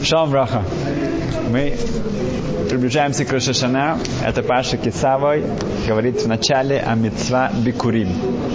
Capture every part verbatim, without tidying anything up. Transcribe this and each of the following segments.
Шалом браха. Мы приближаемся к Рош ха-Шана. Это Паша Кисавой говорит в начале о мицва бикурим.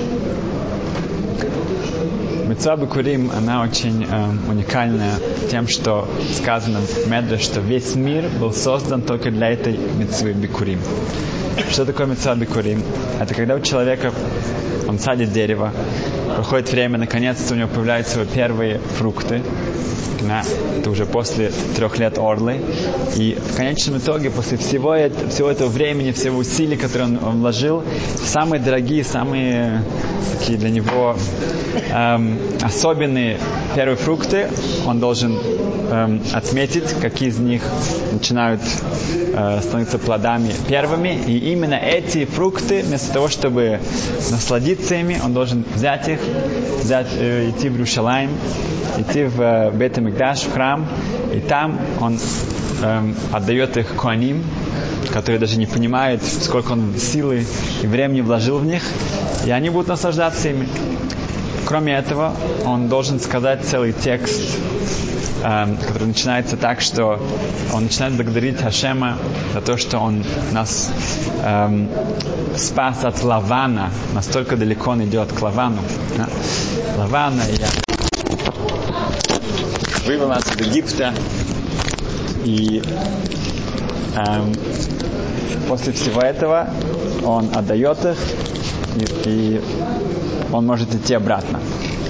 Мицва бикурим, она очень э, уникальная тем, что сказано в Медреш, что весь мир был создан только для этой мицвы бикурим. Что такое мицва бикурим? Это когда у человека, он садит дерево, проходит время, наконец-то у него появляются первые фрукты. Да, это уже после трех лет орлы. И в конечном итоге, после всего, это, всего этого времени, всего усилий, которые он, он вложил, самые дорогие, самые такие для него эм, особенные первые фрукты он должен эм, отметить, какие из них начинают э, становиться плодами первыми. И именно эти фрукты, вместо того, чтобы насладиться ими, он должен взять их, взять, э, идти в Иерусалим, идти в э, Бейт-Микдаш, в храм, и там он эм, отдает их коаним, которые даже не понимают, сколько он силы и времени вложил в них, и они будут наслаждаться ими. Кроме этого, он должен сказать целый текст, эм, который начинается так, что он начинает благодарить Хашема за то, что он нас эм, спас от Лавана, настолько далеко он идет к Лавану. Да? Лавана, я вывел нас из Египта, и эм, после всего этого он отдает их, и, и он может идти обратно.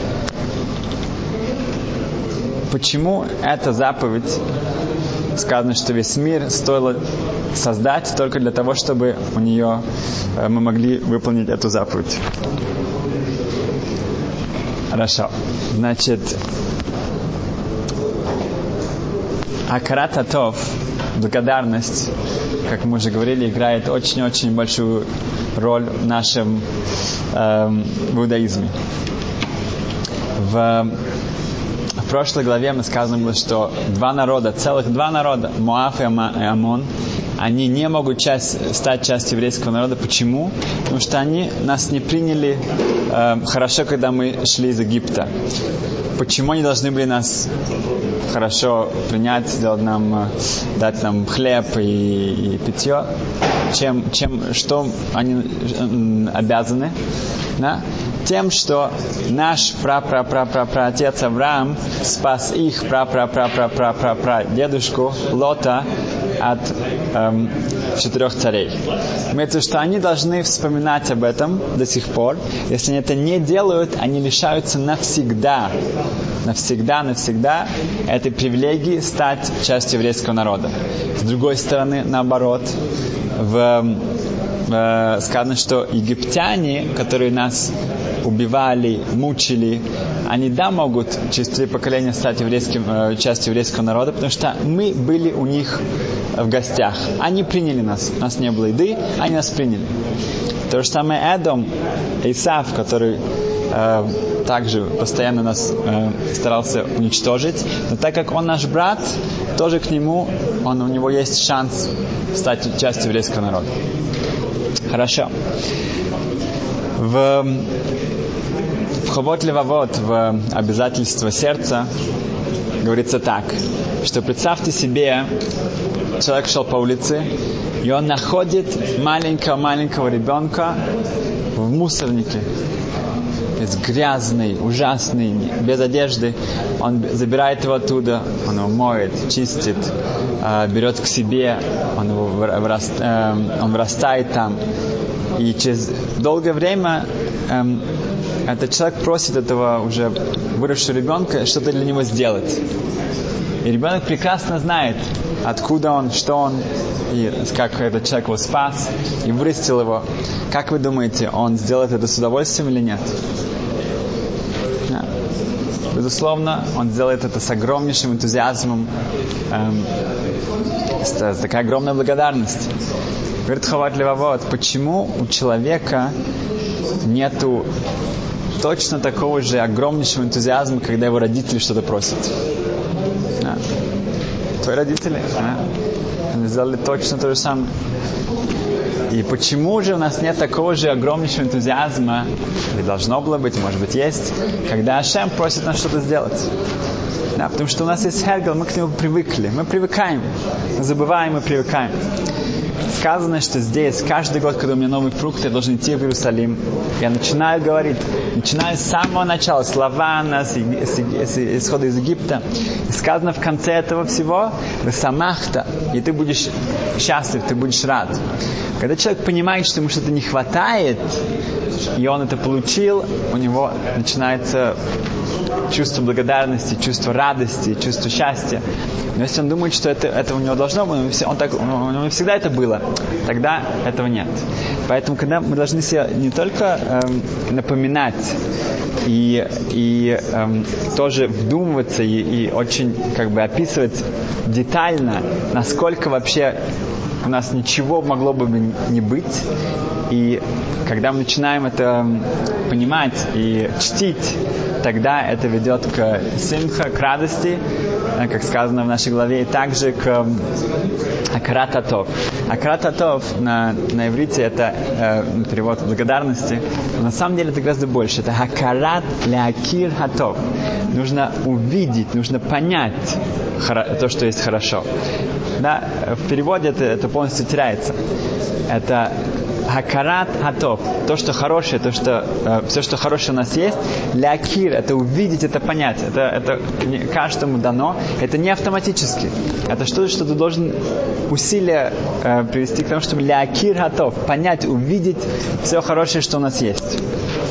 Почему эта заповедь, сказано, что весь мир стоило создать только для того, чтобы у нее э, мы могли выполнить эту заповедь? Хорошо. Значит, Акарат Атов, благодарность, как мы уже говорили, играет очень-очень большую роль в нашем э, в иудаизме. В, в прошлой главе мы сказано, что два народа, целых два народа, Моав и Амон, они не могут часть, стать частью еврейского народа. Почему? Потому что они нас не приняли э, хорошо, когда мы шли из Египта. Почему они должны были нас хорошо принять, сделать нам, дать нам хлеб и, и питье? Чем, чем, что они обязаны? Да? Тем, что наш пра-пра-пра-пра-пра-отец Авраам спас их пра-пра-пра-пра-пра-пра-дедушку Лота от эм, четырех царей. Имеется в виду, что они должны вспоминать об этом до сих пор. Если они это не делают, они лишаются навсегда, навсегда, навсегда этой привилегии стать частью еврейского народа. С другой стороны, наоборот, в, в, сказано, что египтяне, которые нас убивали, мучили, они, да, могут через три поколения стать еврейским, э, частью еврейского народа, потому что мы были у них в гостях. Они приняли нас. У нас не было еды, они нас приняли. То же самое Эдом, Исав, который э, также постоянно нас э, старался уничтожить. Но так как он наш брат, тоже к нему, он, у него есть шанс стать частью еврейского народа. Хорошо. В В Ховот Левавот, в обязательство сердца, говорится так, что представьте себе, человек шел по улице, и он находит маленького-маленького ребенка в мусорнике. Грязный, ужасный, без одежды. Он забирает его оттуда, он его моет, чистит, берет к себе, он, его выраст, он вырастает там. И через долгое время эм, этот человек просит этого уже выросшего ребенка что-то для него сделать. И ребенок прекрасно знает, откуда он, что он, и как этот человек его спас, и вырастил его. Как вы думаете, он сделает это с удовольствием или нет? Да. Безусловно, он сделает это с огромнейшим энтузиазмом, эм, с, с такой огромной благодарностью. Говорит Ховот Левавот, почему у человека нету точно такого же огромнейшего энтузиазма, когда его родители что-то просят? Да. твои родители, да? Они сделали точно то же самое. И почему же у нас нет такого же огромнейшего энтузиазма, или должно было быть, может быть, есть, когда Ашем просит нас что-то сделать? Да, потому что у нас есть хергел, мы к нему привыкли, мы привыкаем, мы забываем и привыкаем. Сказано, что здесь каждый год, когда у меня новый фрукт, я должен идти в Иерусалим. Я начинаю говорить, начинаю с самого начала, с Лавана, с, с, с исхода из Египта. И сказано в конце этого всего, «Весамахта», и ты будешь счастлив, ты будешь рад. Когда человек понимает, что ему что-то не хватает, и он это получил, у него начинается чувство благодарности, чувство радости, чувство счастья. Но если он думает, что это, это у него должно быть, он так, у него всегда это было, тогда этого нет. Поэтому, когда мы должны себе не только эм, напоминать и, и эм, тоже вдумываться и, и очень как бы описывать детально, насколько вообще у нас ничего могло бы не быть. И когда мы начинаем это понимать и чтить, тогда это ведет к симха, к радости, как сказано в нашей главе, и также к акарат атов. Акарат атов на, на иврите это э, перевод благодарности, но на самом деле это гораздо больше. Это акарат леакир атов. Нужно увидеть, нужно понять то, что есть хорошо. Да? В переводе это, это полностью теряется. Это Хакарат хатов, то, что хорошее, то, что, э, все, что хорошее у нас есть, лякир, это увидеть, это понять, это, это не, каждому дано, это не автоматически, это что-то, что ты должен усилия э, привести к тому, чтобы лякир хатов, понять, увидеть все хорошее, что у нас есть.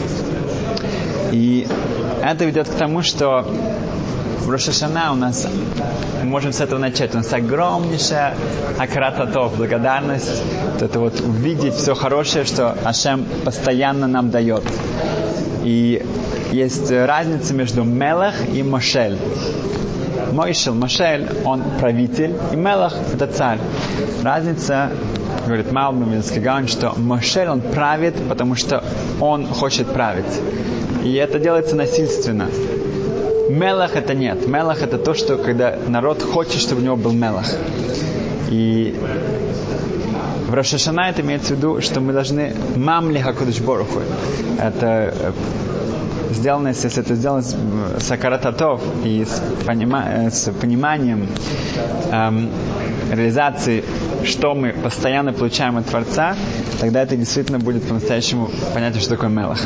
И это ведет к тому, что в Рош ха-Шана у нас, мы можем с этого начать, у нас огромнейшая акарат атов, благодарность, вот это вот увидеть все хорошее, что Ашем постоянно нам дает. И есть разница между Мелах и Мошель. Мойшел, Мошель, он правитель, и Мелах — это царь. Разница, говорит Малбим Вильнский Гаон, что Мошель, он правит, потому что он хочет править. И это делается насильственно. Мелах это нет. Мелах это то, что когда народ хочет, чтобы у него был мелах. И в Рош ха-Шана это имеется в виду, что мы должны мамли хакодыш боруху. Это сделано, если это сделано с акарат атов и с, понима, с пониманием эм, реализации, что мы постоянно получаем от Творца, тогда это действительно будет по-настоящему понятие, что такое мелах.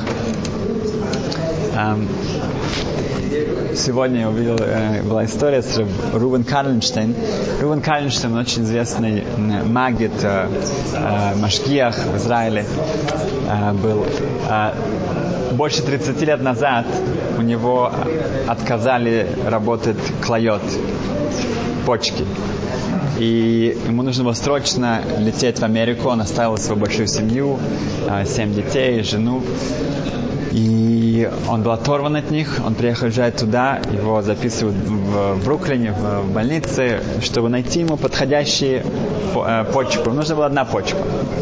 Эм, Сегодня я увидел, э, была история с Рувен Карлинштейн. Рувен Карлинштейн, очень известный магит, э, э, машгиах в Израиле, э, был. Э, больше тридцати лет назад у него отказали работать клайот, почки. И ему нужно было срочно лететь в Америку. Он оставил свою большую семью, э, семь детей, жену. И он был оторван от них, он приехал жить туда, его записывают в Бруклине, в больнице, чтобы найти ему подходящую почку. Ему нужна была одна почка.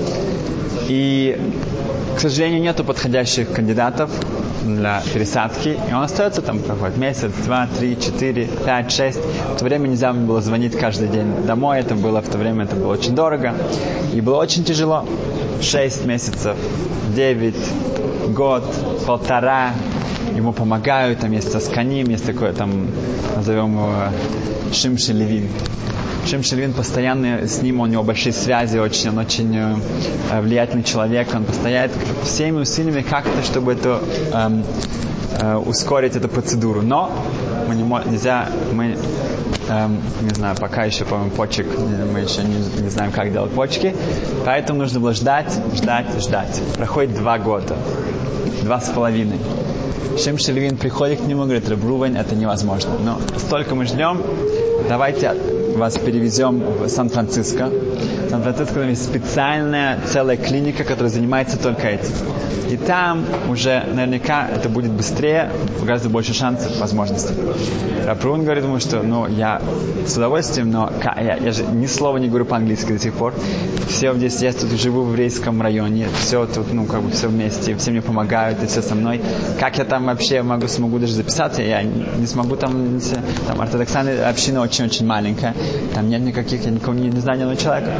И, к сожалению, нету подходящих кандидатов для пересадки, и он остается там, проходит месяц, два, три, четыре, пять, шесть. В то время нельзя было звонить каждый день домой, это было в то время это было очень дорого, и было очень тяжело. Шесть месяцев, девять, год, полтора, ему помогают, там есть Асканим, есть такое, там, назовем его Шимши Левин. Шимши Левин постоянно с ним, у него большие связи, очень, он очень э, влиятельный человек, он постоянно всеми усилиями как-то, чтобы это э, э, ускорить эту процедуру. Но мы не можем, нельзя, мы эм, не знаю, пока еще, по-моему, почек, мы еще не, не знаем, как делать почки, поэтому нужно было ждать, ждать, ждать. Проходит два года, два с половиной. Шимши Левин приходит к нему и говорит: Реб Рувен, это невозможно. Но столько мы ждем, давайте вас перевезем в Сан-Франциско. В Сан-Франциско есть специальная целая клиника, которая занимается только этим. И там уже наверняка это будет быстрее, гораздо больше шансов, возможностей. Реб Рувен говорит ему, что ну, я с удовольствием, но я, я же ни слова не говорю по-английски до сих пор. Все здесь, я тут живу в еврейском районе, все тут, ну, как бы все вместе, все мне помогают, и все со мной. Как я там вообще могу, смогу даже записаться? Я не смогу там, там ортодоксальная община очень-очень маленькая, там нет никаких, я никого не, не знаю ни одного человека.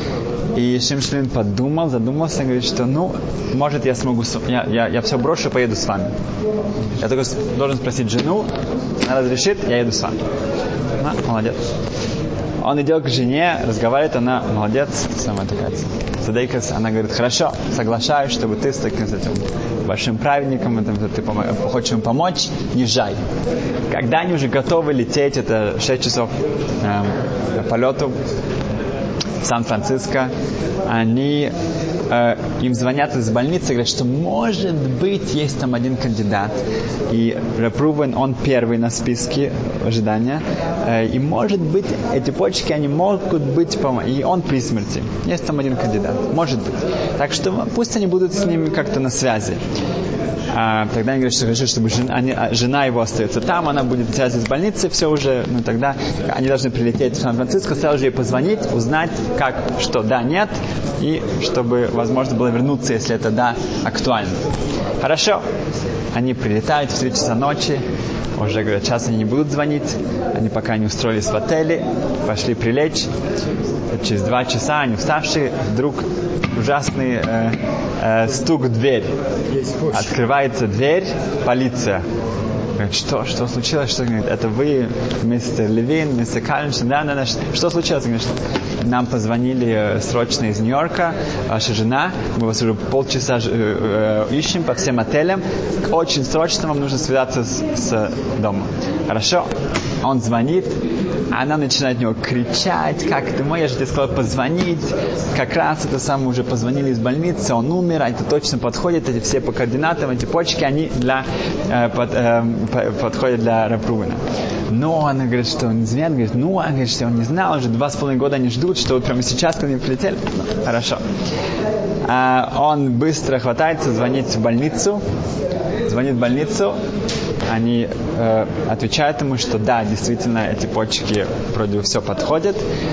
И Шимшон Левин подумал, задумался, и говорит, что, ну, может, я смогу, я, я, я все брошу, поеду с вами. Я только должен спросить жену, она разрешит, я еду с вами. Она, молодец. Он идет к жене, разговаривает, она, молодец, самая такая цадейкас, она говорит, хорошо, соглашаюсь, чтобы ты с таким, с этим большим праведником, ты хочешь ему помочь, езжай. Когда они уже готовы лететь, это шесть часов э, полету в Сан-Франциско, они э, им звонят из больницы и говорят, что может быть есть там один кандидат, и Рав Рувен, он первый на списке ожидания, э, и может быть эти почки, они могут быть, и он при смерти. Есть там один кандидат, может быть. Так что пусть они будут с ним как-то на связи. А, тогда они говорят, что хочу, чтобы жена, они, жена его остается там, она будет в связи с больницей, все уже, ну тогда они должны прилететь в Сан-Франциско, сразу же ей позвонить, узнать, как, что, да, нет, и чтобы возможно было вернуться, если это да, актуально. Хорошо. Они прилетают в три часа ночи, уже говорят, сейчас они не будут звонить, они пока не устроились в отеле, пошли прилечь. Через два часа они уставшие, вдруг ужасный э, э, стук в дверь. Открывается дверь, полиция. Говорит, что, что случилось? Что, говорит, это вы, мистер Левин, мистер Калиншин, да, да, да, что случилось? Говорит, нам позвонили срочно из Нью-Йорка, ваша жена, мы вас уже полчаса э, э, ищем по всем отелям, очень срочно вам нужно связаться с, с домом. Хорошо? Он звонит, она начинает на него кричать, как ты мой, я же тебе сказал позвонить, как раз это самое уже позвонили из больницы, он умер, а это точно подходит, эти все по координатам, эти почки, они для, э, под, э, подходят для Рав Рувена. Но она говорит, что он извиняет, говорит, ну, он говорит, что он не знал, уже два с половиной года они ждут, что вот прямо сейчас к ним прилетели. Ну, хорошо. А он быстро хватается звонить в больницу, звонит в больницу, они э, отвечают ему, что да, действительно, эти почки вроде все подходят,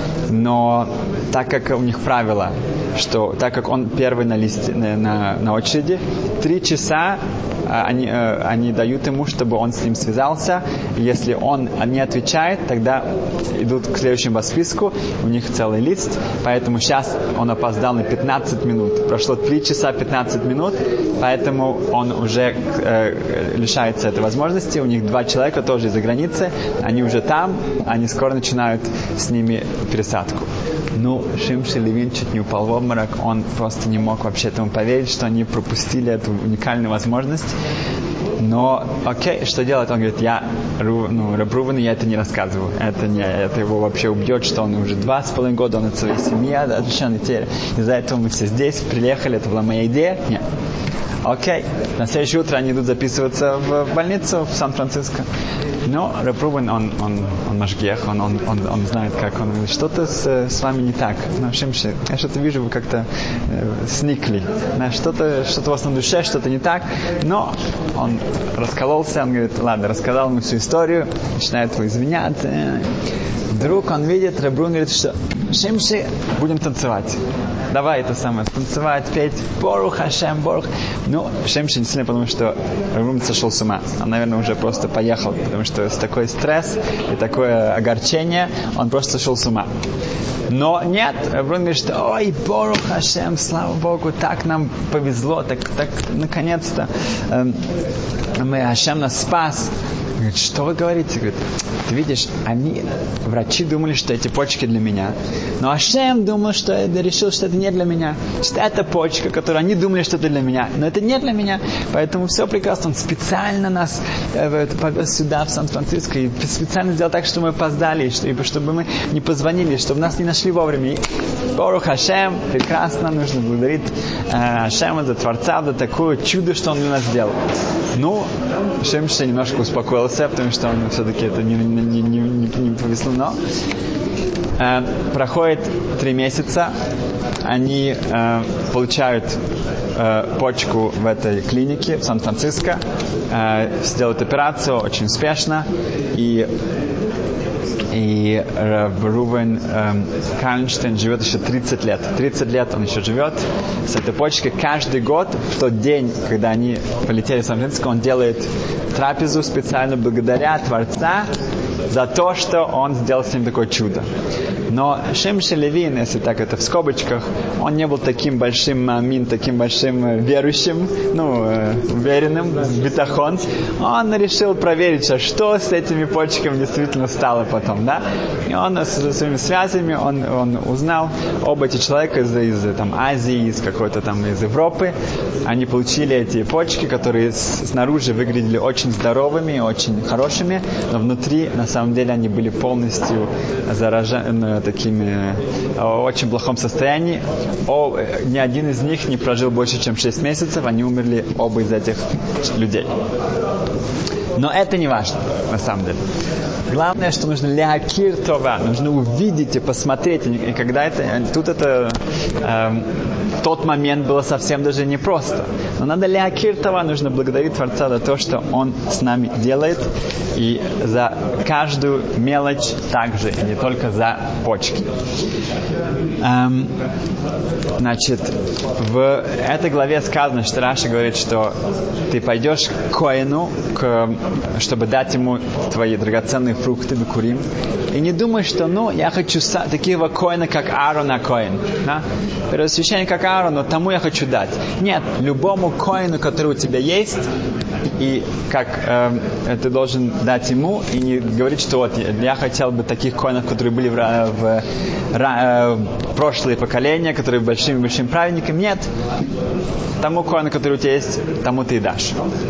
но так как у них правило, что так как он первый на листе, на, на очереди, три часа они, э, они дают ему, чтобы он с ним связался. И если он не отвечает, тогда идут к следующему по списку, у них целый лист, поэтому сейчас он опоздал на пятнадцать минут. Прошло три часа пятнадцать минут, поэтому он уже э, лишается этой возможности. У них два человека тоже из-за границы, они уже там, они скоро начинают с ними пересадку. Ну, Шимшон Левин чуть не упал в обморок, он просто не мог вообще этому поверить, что они пропустили эту уникальную возможность. Но, окей, что делать? Он говорит, я, ну, Рав Рувену я это не рассказываю. Это, не, это его вообще убьет, что он уже два с половиной года, он от своей семьи отличен. Из-за этого мы все здесь приехали, это была моя идея. Нет. Окей. На следующее утро они идут записываться в больницу в Сан-Франциско. Но Рав Рувен, он, он, он машгех, он, он, он, он знает, как он говорит, что-то с, с вами не так. Ну, Шимши, я что-то вижу, вы как-то э, сникли. Да, что-то, что-то у вас на душе, что-то не так. Но он раскололся, он говорит, ладно, рассказал ему всю историю, начинает его извиняться. Вдруг он видит, Рав Рувен говорит, что Шимши, будем танцевать. Давай это самое, танцевать, петь, Борух Хашем, Борух. Ну, Шимши не сильно, потому что Рав Рувен сошел с ума. Он, наверное, уже просто поехал, потому что с такой стресс и такое огорчение, он просто сошел с ума. Но нет, Рав Рувен говорит, что ой, Борух Хашем, слава Богу, так нам повезло, так, так наконец-то э, мы, Хашем нас спас. Говорит, что вы говорите? Говорит, ты видишь, они, врачи думали, что эти почки для меня. Но Ашем думал, что это, решил, что это не для меня. Что это почка, которую они думали, что это для меня. Но это не для меня. Поэтому все прекрасно. Он специально нас э, повез сюда, в Сан-Франциско, и специально сделал так, чтобы мы опоздали, чтобы, чтобы мы не позвонили, чтобы нас не нашли вовремя. И Борух Ашем, прекрасно, нужно благодарить э, Ашема за Творца, за такое чудо, что он для нас сделал. Ну, Шимши немножко успокоился, потому что он все-таки это не, не, не, не, не повезло, но э, проходит три месяца, они э, получают э, почку в этой клинике в Сан-Франциско, э, сделают операцию очень успешно, и И Рав Рувен эм, Калинштейн живет еще тридцать лет. тридцать лет он еще живет с этой почкой. Каждый год, в тот день, когда они полетели в Сан-Франциско, он делает трапезу специально благодаря Творца за то, что он сделал с ним такое чудо. Но Шимши Левин, если так это в скобочках, он не был таким большим мамин, таким большим верующим, ну, уверенным, битахон. Он решил проверить, что с этими почками действительно стало потом, да? И он со своими связями, он, он узнал, оба эти человека из, из там, Азии, из какой-то там из Европы, они получили эти почки, которые с, снаружи выглядели очень здоровыми, очень хорошими, но внутри, на самом деле, они были полностью заражены такими, в очень плохом состоянии. О, ни один из них не прожил больше, чем шесть месяцев, они умерли оба из этих людей. Но это не важно, на самом деле. Главное, что нужно леакир това, нужно увидеть и посмотреть. И когда это, тут это, э, в тот момент было совсем даже непросто. Но надо леакир това, нужно благодарить Творца за то, что Он с нами делает. И за каждую мелочь также, и не только за почки. Эм, значит, в этой главе сказано, что Раши говорит, что ты пойдешь к коэну, к, чтобы дать ему твои драгоценные фрукты, бикурим, и не думай, что, ну, я хочу са- такого коэна, как Аарон а коэн. Да? Первосвященник, как Аарон, но тому я хочу дать. Нет, любому коэну, который у тебя есть, и как э, ты должен дать ему, и не говорить, что вот я хотел бы таких коинов, которые были в, в, в, в прошлые поколения, которые большими-большими праведниками. Нет. Тому коину, который у тебя есть, тому ты и дашь.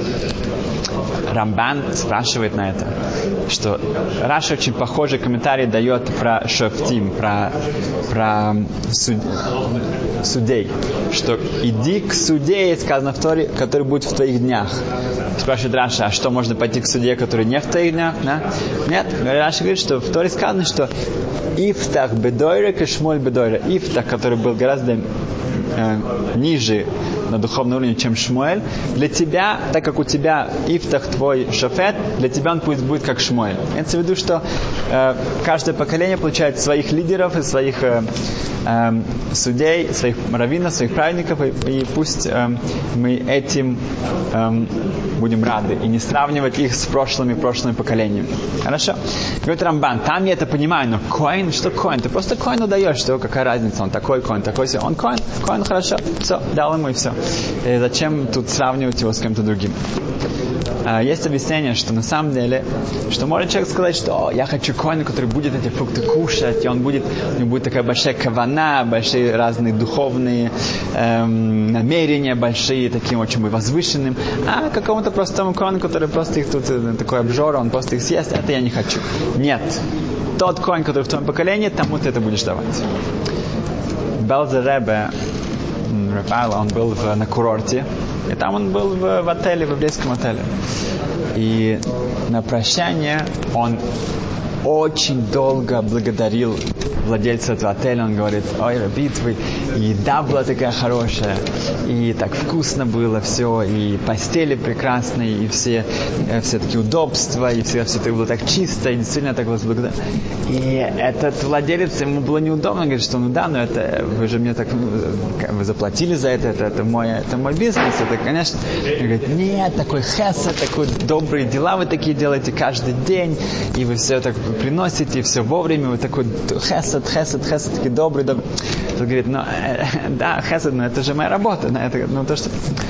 Рамбан спрашивает на это, что Раши очень похожий комментарий дает про шофтим, про, про суд, судей, что иди к суде, сказано в Торе, который будет в твоих днях. Спрашивает Раши, а что, можно пойти к суде, который не в твоих днях? Да? Нет, Раши говорит, что в Торе сказано, что Ифтах бедойре кашмоль бедойре. Ифтах, который был гораздо э, ниже на духовном уровне, чем Шмуэль, для тебя, так как у тебя Ифтах твой шофет, для тебя он пусть будет как Шмуэль. Имеется в виду, что э, каждое поколение получает своих лидеров и своих э, э, судей, своих раввинов, своих праведников, и, и пусть э, мы этим э, будем рады, и не сравнивать их с прошлыми, прошлыми поколениями. Хорошо? Говорит Рамбан, там я это понимаю, но коин, что коин? Ты просто коину даешь, что какая разница, он такой коин, такой, он коин, коин, хорошо, все, дал ему и все. И зачем тут сравнивать его с кем-то другим? Есть объяснение, что на самом деле, что может человек сказать, что я хочу коина, который будет эти фрукты кушать, и он будет, у него будет такая большая кавана, большие разные духовные эм, намерения, большие, таким очень возвышенным, а какому-то простому коину, который просто их тут, такой обжора, он просто их съест, это я не хочу. Нет. Тот коин, который в твоем поколении, тому ты это будешь давать. Белзер Ребе, Рафаэл, он был в, на курорте, и там он был в, в отеле, в еврейском отеле. И на прощание он очень долго благодарил владельца этого отеля. Он говорит, ой, Раби, твой, еда была такая хорошая, и так вкусно было все, и постели прекрасные, и все, все такие удобства, и все, все это было так чисто, и действительно так вас благодарю. И этот владелец, ему было неудобно, говорит, что ну да, но это, вы же мне так, вы заплатили за это, это, это, мой, это мой бизнес, это, конечно. Он говорит, нет, такой хесед, такой добрые дела вы такие делаете каждый день, и вы все так приносите, и все вовремя, вы такой хесед, хесед, хесед, такой добрый, добрый. Он говорит, ну, э, да, хесед, но это же моя работа, да, это, ну, то, что...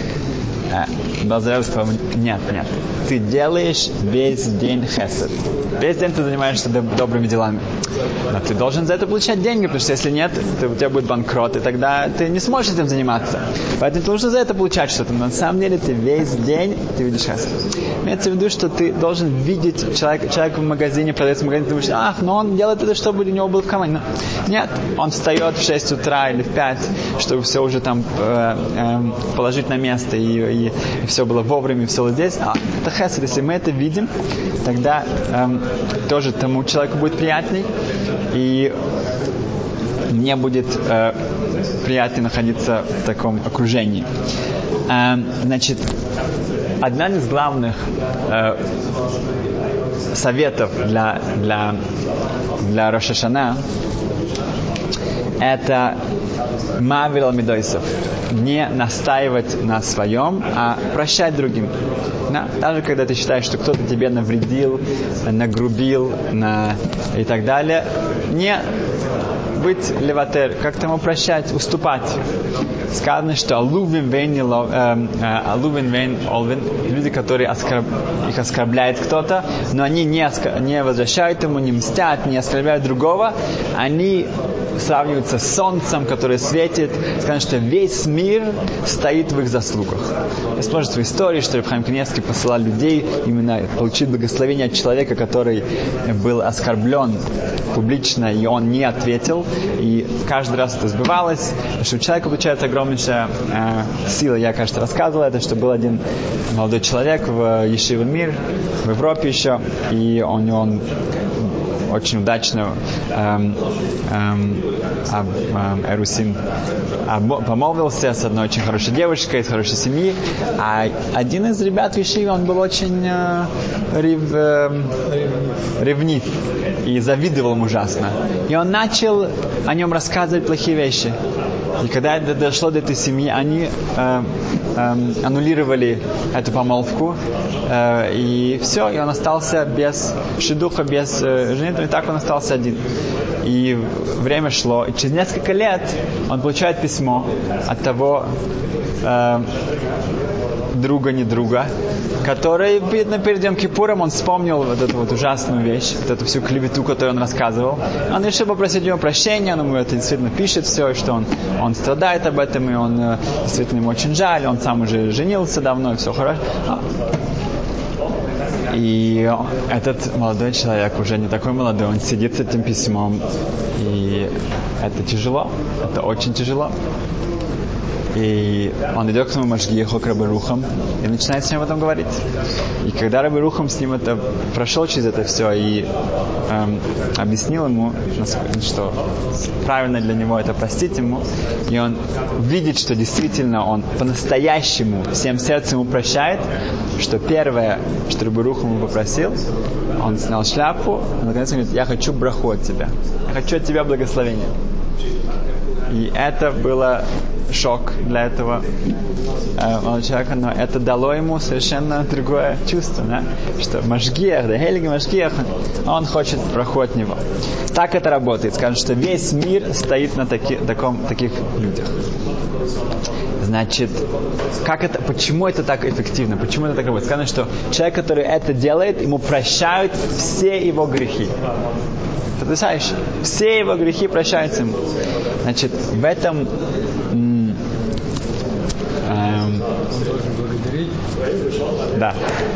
Базарев сказал, нет, нет, ты делаешь весь день хесед. Весь день ты занимаешься добрыми делами. Но ты должен за это получать деньги, потому что если нет, то у тебя будет банкрот, и тогда ты не сможешь этим заниматься. Поэтому ты должен за это получать что-то. Но на самом деле ты весь день ты видишь хесед. Имеется в виду, что ты должен видеть человека, человек в магазине, продается в магазине, ты думаешь, ах, но он делает это, чтобы у него было в кармане. Но нет, он встает в шесть утра или в пять, чтобы все уже там э, э, положить на место, и, и, и все было вовремя, и все было здесь. А это хесед. Если мы это видим, тогда э, тоже тому человеку будет приятней, и мне будет э, приятнее находиться в таком окружении. Э, значит, одна из главных э, советов для, для, для Рош ха-Шана это мавил мидойсов. Не настаивать на своем, а прощать другим. Да? Даже когда ты считаешь, что кто-то тебе навредил, нагрубил на... и так далее, не быть леватер, как-то ему прощать, уступать. Сказано, что алувин вейн алувин вейн олвин, люди, которые оскорб... их оскорбляет кто-то, но они не, оскор... не возвращают ему, не мстят, не оскорбляют другого, они сравниваются с солнцем, которое светит. Сказано, что весь мир стоит в их заслугах. Есть множество историй, что Рав Хаим Каневский посылал людей именно получить благословение от человека, который был оскорблен публично, и он не ответил. И каждый раз это сбывалось, что у человека получается огромнейшая э, сила. Я, кажется, рассказывал это, что был один молодой человек в Ешиве Мир, в Европе еще, и он, он очень удачно эм, эм, об, эм, Эрусин об, помолвился с одной очень хорошей девушкой, из хорошей семьи, а один из ребят в Ешиве, он был очень э, рев, э, ревнив и завидовал ему ужасно. И он начал о нем рассказывать плохие вещи. И когда это дошло до этой семьи, они э, э, аннулировали эту помолвку, э, и все, и он остался без шидуха, без э, жены, и так он остался один. И время шло, и через несколько лет он получает письмо от того э, друга, не друга, который, видно, перед Йом Кипуром он вспомнил вот эту вот ужасную вещь, вот эту всю клевету, которую он рассказывал. Он решил попросить у него прощения, он ему это действительно пишет все, что он, он страдает об этом, и он действительно ему очень жаль, он сам уже женился давно, и все хорошо. И этот молодой человек, уже не такой молодой, он сидит с этим письмом, и это тяжело, это очень тяжело. И он идет к своему Машгиху, к Рабби Рухам, и начинает с ним об этом говорить. И когда Рабби Рухам с ним это прошел через это все и эм, объяснил ему, что правильно для него это простить ему, и он видит, что действительно он по-настоящему всем сердцем ему прощает, что первое, что Рабби Рухам ему попросил, он снял шляпу, и наконец говорит: я хочу браху от тебя, я хочу от тебя благословения. И это было шок для этого э, молодого человека, но это дало ему совершенно другое чувство, да? Что Машгиах, да, Хейлиги Машгиах, он хочет браху от него. Так это работает. Скажем, что весь мир стоит на таки, таком, таких людях. Значит, как это, почему это так эффективно? Почему это так работает? Сказано, что человек, который это делает, ему прощают все его грехи. Потрясающе. Все его грехи прощаются ему. Значит, в этом м- эм, да.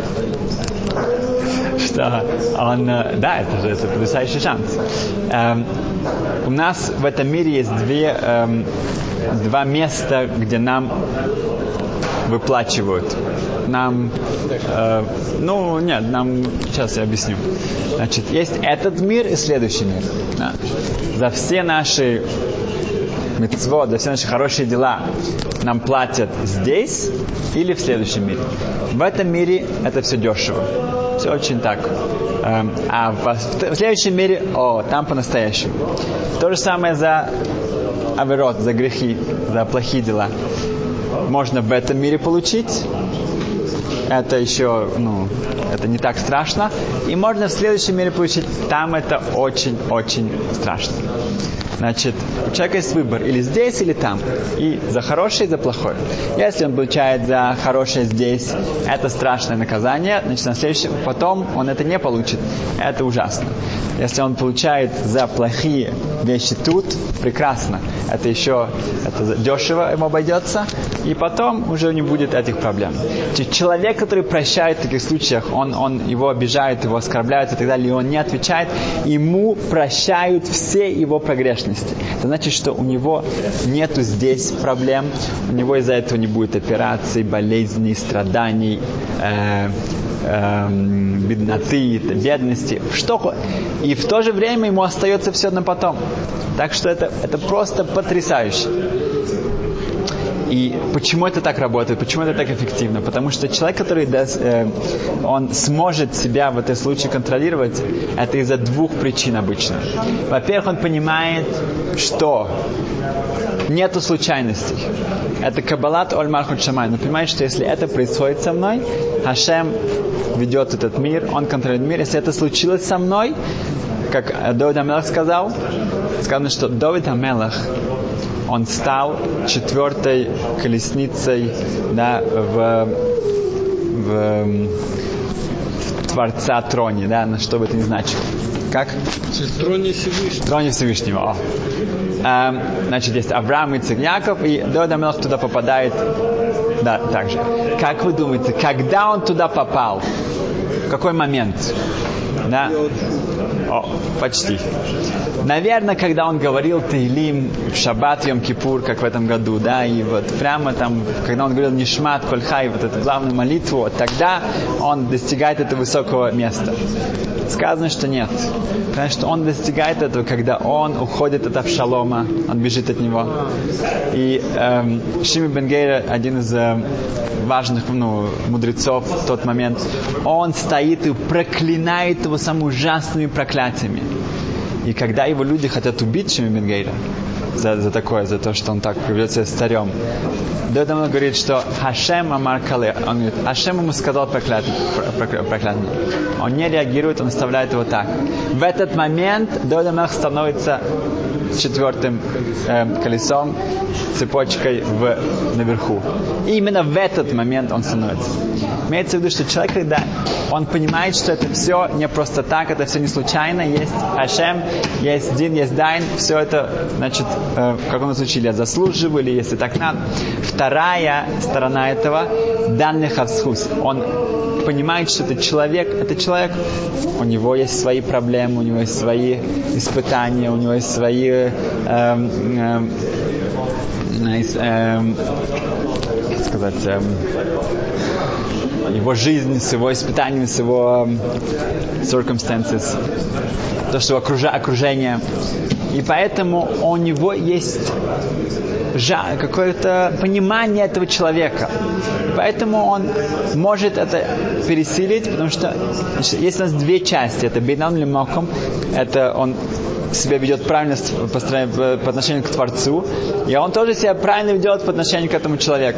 Что он, да, это же это потрясающий шанс. Эм, у нас в этом мире есть две, эм, два места, где нам выплачивают. Нам, э, ну, нет, нам, сейчас я объясню. Значит, есть этот мир и следующий мир. Да. За все наши мицвот, за все наши хорошие дела нам платят здесь или в следующем мире. В этом мире это все дешево. Все очень так. Э, а в, в следующем мире, о, там по-настоящему. То же самое за аверот, за грехи, за плохие дела. Можно в этом мире получить. Это еще, ну, это не так страшно. И можно в следующем мире получить. Там это очень-очень страшно. Значит, у человека есть выбор или здесь, или там. И за хорошее, и за плохое. Если он получает за хорошее здесь, это страшное наказание, значит, на следующем, потом он это не получит. Это ужасно. Если он получает за плохие вещи тут, прекрасно. Это еще это дешево ему обойдется. И потом уже не будет этих проблем. Человек, который прощает в таких случаях, он, он его обижает, его оскорбляют и так далее, и он не отвечает, ему прощают все его погрешности. Это значит, что у него нету здесь проблем, у него из-за этого не будет операций, болезней, страданий, э, э, бедноты, бедности, что, и в то же время ему остается все на потом. Так что это, это просто потрясающе. И почему это так работает, почему это так эффективно? Потому что человек, который даст, э, он сможет себя в этом случае контролировать, это из-за двух причин обычно. Во-первых, он понимает, что нету случайностей. Это каббалат оль малхут шамай. Он понимает, что если это происходит со мной, Хашем ведет этот мир, он контролирует мир. Если это случилось со мной, как Давид ха-Мелех сказал, сказано, что Давид ха-Мелех, он стал четвертой колесницей, да, в, в, в Творца троне, да, на что бы это ни значило. Как? В троне Всевышнего. В троне Всевышнего. О. Эм, значит, есть Авраам, Ицхак, Яков, и Давид ха-Мелех туда попадает, да, также. Как вы думаете, когда он туда попал? В какой момент? Да? О, почти. Наверное, когда он говорил Теилим в Шаббат, Йом-Кипур, как в этом году, да, и вот прямо там, когда он говорил Нишмат, Кольхай, вот эту главную молитву, тогда он достигает этого высокого места. Сказано, что нет. Потому что он достигает этого, когда он уходит от Авшалома, он бежит от него. И эм, Шими бен Гейра, один из э, важных ну, мудрецов в тот момент, он стоит и проклинает его самыми ужасными проклятиями. И когда его люди хотят убить Шими бен Гейра за, за такое, за то, что он так ведет себя старем, Давид ха-Мелех говорит, что Хашем амар кале. Он говорит, Хашем ему сказал проклятие. проклятие. Он не реагирует, он оставляет его так. В этот момент Давид ха-Мелех становится четвертым э, колесом, цепочкой в, наверху. И именно в этот момент он становится. Имеется в виду, что человек, когда он понимает, что это все не просто так, это все не случайно, есть Хашем, есть Дин, есть Дайн, все это, значит, э, как у нас учили, я заслуживаю, или если так надо. Вторая сторона этого — данный хавсхус. Он понимает, что это человек, это человек, у него есть свои проблемы, у него есть свои испытания, у него есть свои эм, эм, эм, как сказать, эм, его жизнь, с его испытаниями, с его circumstances, то, что окружа, окружение. И поэтому у него есть жа- какое-то понимание этого человека. Поэтому он может это пересилить, потому что значит, есть у нас две части. Это бейнам лимоком, это он себя ведет правильно по, по отношению к Творцу, и он тоже себя правильно ведет по отношению к этому человеку.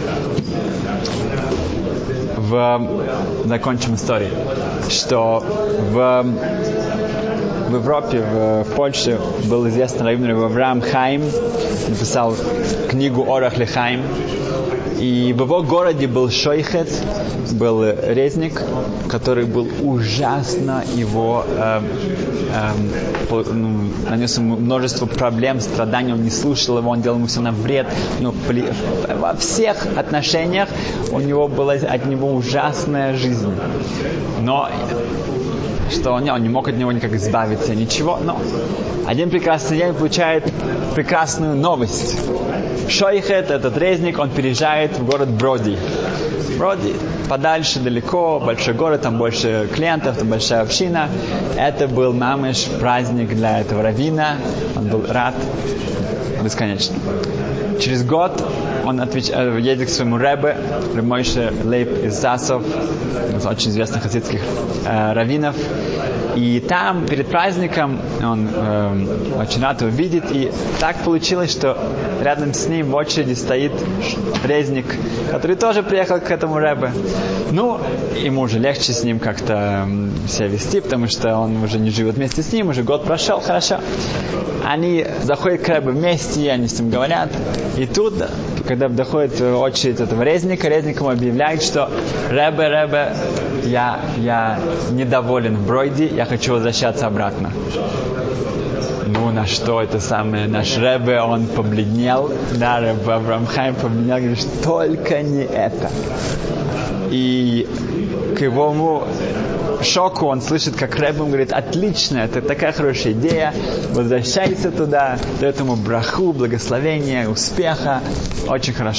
В... Закончим историю, что в, в Европе, в, в Польше был известный раввин Авраам Хаим, написал книгу Орах ле-Хаим. И в его городе был шойхет, был резник, который был ужасно его э, э, по, ну, нанес ему множество проблем, страданий, он не слушал его, он делал ему все на вред. Ну, пли, во всех отношениях у него была от него ужасная жизнь. Но что он, он не мог от него никак избавиться, ничего. Но один прекрасный день получает прекрасную новость. Шойхет, этот резник, он переезжает в город Броди. Броди, подальше, далеко, большой город, там больше клиентов, там большая община. Это был мамыш, праздник для этого раввина. Он был рад бесконечно. Через год он отвеч... едет к своему ребе, Реб Мойше Лейб из Засов, из очень известных хасидских э, раввинов. И там, перед праздником, он э, очень рад его видеть. И так получилось, что рядом с ним в очереди стоит резник, который тоже приехал к этому ребе. Ну, ему уже легче с ним как-то э, себя вести, потому что он уже не живет вместе с ним, уже год прошел, хорошо. Они заходят к ребе вместе, они с ним говорят. И тут, когда доходит очередь этого резника, резник ему объявляет, что ребе, ребе, я, я недоволен в Бройди, я хочу возвращаться обратно. Ну, на что это самое, наш ребе, он побледнел, да, ребе Авраам Хаим побледнел, говорит, что только не это. И к его шоку он слышит, как ребе говорит, отлично, это такая хорошая идея, возвращайся туда, дает ему браху, благословение, успеха, очень хорошо.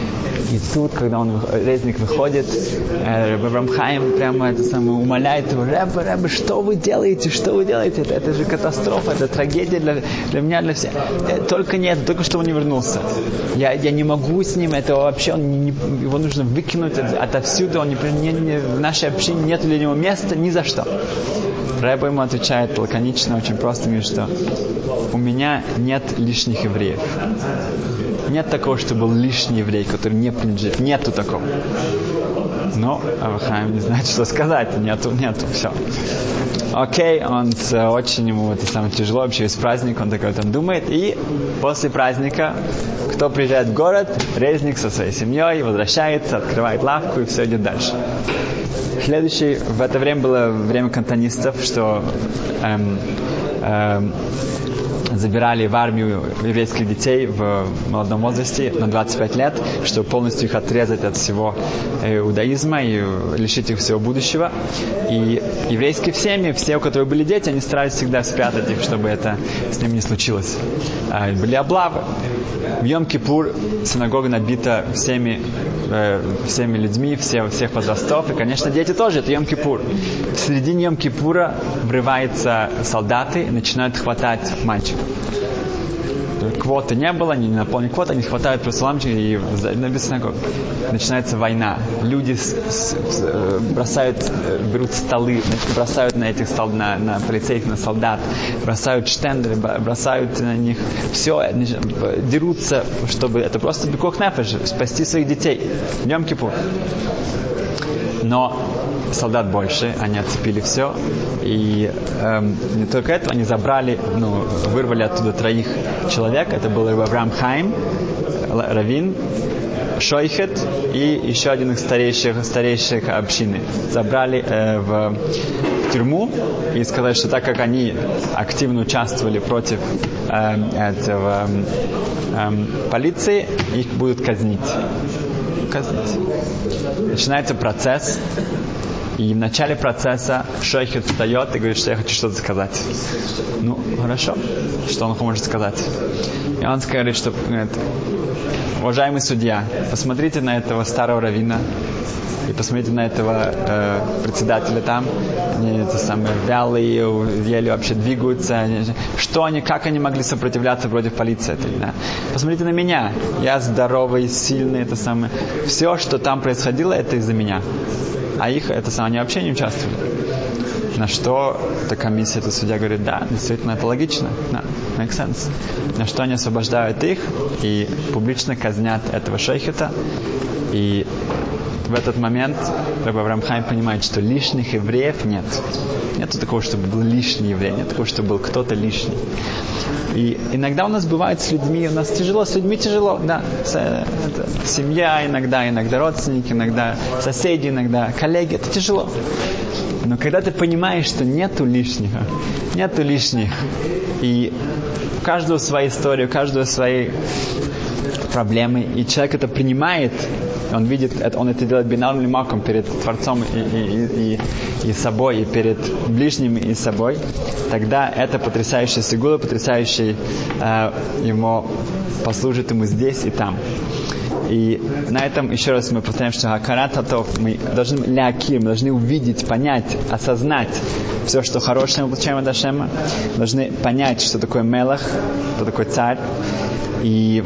И тут, когда он, резник выходит, Ребе Авраам Хаим прямо это самое, умоляет его: Ребе, Ребе, что вы делаете, что вы делаете? Это, это же катастрофа, это трагедия для, для меня, для всех. Только нет, только что он не вернулся. Я, я не могу с ним, это вообще, он не, его нужно выкинуть отовсюду, он не, не, не, в нашей общине нет для него места ни за что. Ребе ему отвечает лаконично, очень просто, говорит, что у меня нет лишних евреев. Нет такого, что был лишний еврей, который не принадлежит. Нету такого. Но Авраам не знает, что сказать. Нету, нету, все. Окей, он очень ему это самое тяжело, вообще весь праздник, он такой там думает. И после праздника, кто приезжает в город, резник со своей семьей возвращается, открывает лавку и все идет дальше. Следующий, в это время было время кантонистов, что эм, эм, забирали в армию еврейских детей в молодом возрасте на двадцать пять лет, чтобы полностью их отрезать от всего иудаизма и лишить их всего будущего. И еврейские семьи, все, у которых были дети, они старались всегда спрятать их, чтобы это с ними не случилось. Были облавы. В Йом-Кипур синагога набита всеми, э, всеми людьми, все, всех возрастов. И, конечно, дети тоже. Это Йом-Кипур. В середине Йом-Кипура врываются солдаты и начинают хватать мальчиков. Квоты не было, они не наполнили квоты, они хватают просто ламчики и набит синагогу. Начинается война. Люди с, с, с, бросают, берут столы, бросают на этих стол, на, на полицейских, на солдат, бросают штендеры, бросают на них все, дерутся, чтобы это просто бекох нефеш, спасти своих детей. Йом-Кипур. Но солдат больше, они отцепили все. И эм, не только это, они забрали, ну, вырвали оттуда троих человек. Это был Ребе Авраам Хаим, раввин, шойхет и еще один из старейших, старейших общины. Забрали э, в тюрьму и сказали, что так как они активно участвовали против э, этого э, полиции, их будут казнить. казнить. Начинается процесс. И в начале процесса шойхет встает и говорит, что я хочу что-то сказать. Ну, хорошо. Что он может сказать? И он говорит, что, говорит: уважаемый судья, посмотрите на этого старого раввина и посмотрите на этого э, председателя там. Они это самые вялые, еле вообще двигаются. Что они, как они могли сопротивляться против полиции этой, да? Посмотрите на меня. Я здоровый, сильный, это самое. Все, что там происходило, это из-за меня. А их, это самое, они вообще не участвовали. На что эта комиссия, эта судья говорит: да, действительно, это логично. Да, make sense. На что они освобождают их и публично казнят этого шейхета. И в этот момент Ребе Авраам Хаим понимает, что лишних евреев нет. Нет такого, чтобы был лишний еврей, нет такого, чтобы был кто-то лишний. И иногда у нас бывает с людьми, у нас тяжело, с людьми тяжело, да. С, это, семья иногда, иногда родственники, иногда соседи, иногда коллеги, это тяжело. Но когда ты понимаешь, что нету лишнего, нету лишних, и у каждого своя история, у каждого свои проблемы, и человек это принимает, он видит, он это делает бинарным лимаком перед Творцом и, и, и, и собой, и перед ближними и собой, тогда это потрясающая сигула, потрясающий э, ему послужит ему здесь и там. И на этом еще раз мы повторяем, что Акарат Хатов, мы должны лякир, мы должны увидеть, понять, осознать все, что хорошее мы получаем от Ашема, должны понять, что такое Мелах, что такое царь. И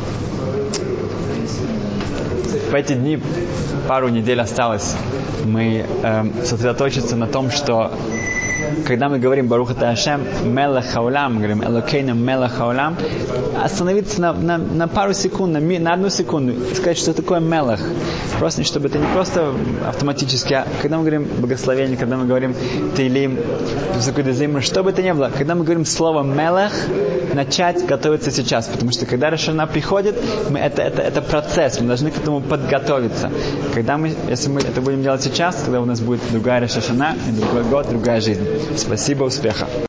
в эти дни, пару недель осталось, мы э, сосредоточимся на том, что когда мы говорим Барух ата Ашем, Мелах Хаулам, говорим Элокейна Мелах Хаулам, остановиться на, на, на пару секунд, на, на одну секунду, сказать, что такое Мелах. Просто, чтобы это не просто автоматически, а когда мы говорим благословение, когда мы говорим Тейлим, что бы это ни было, когда мы говорим слово Мелах, начать готовиться сейчас, потому что когда Рош ха-Шана приходит, мы, это, это, это процесс, мы должны к этому подготовиться. Когда мы, если мы это будем делать сейчас, тогда у нас будет другая Рош ха-Шана, и другой год, другая жизнь. Спасибо, успеха!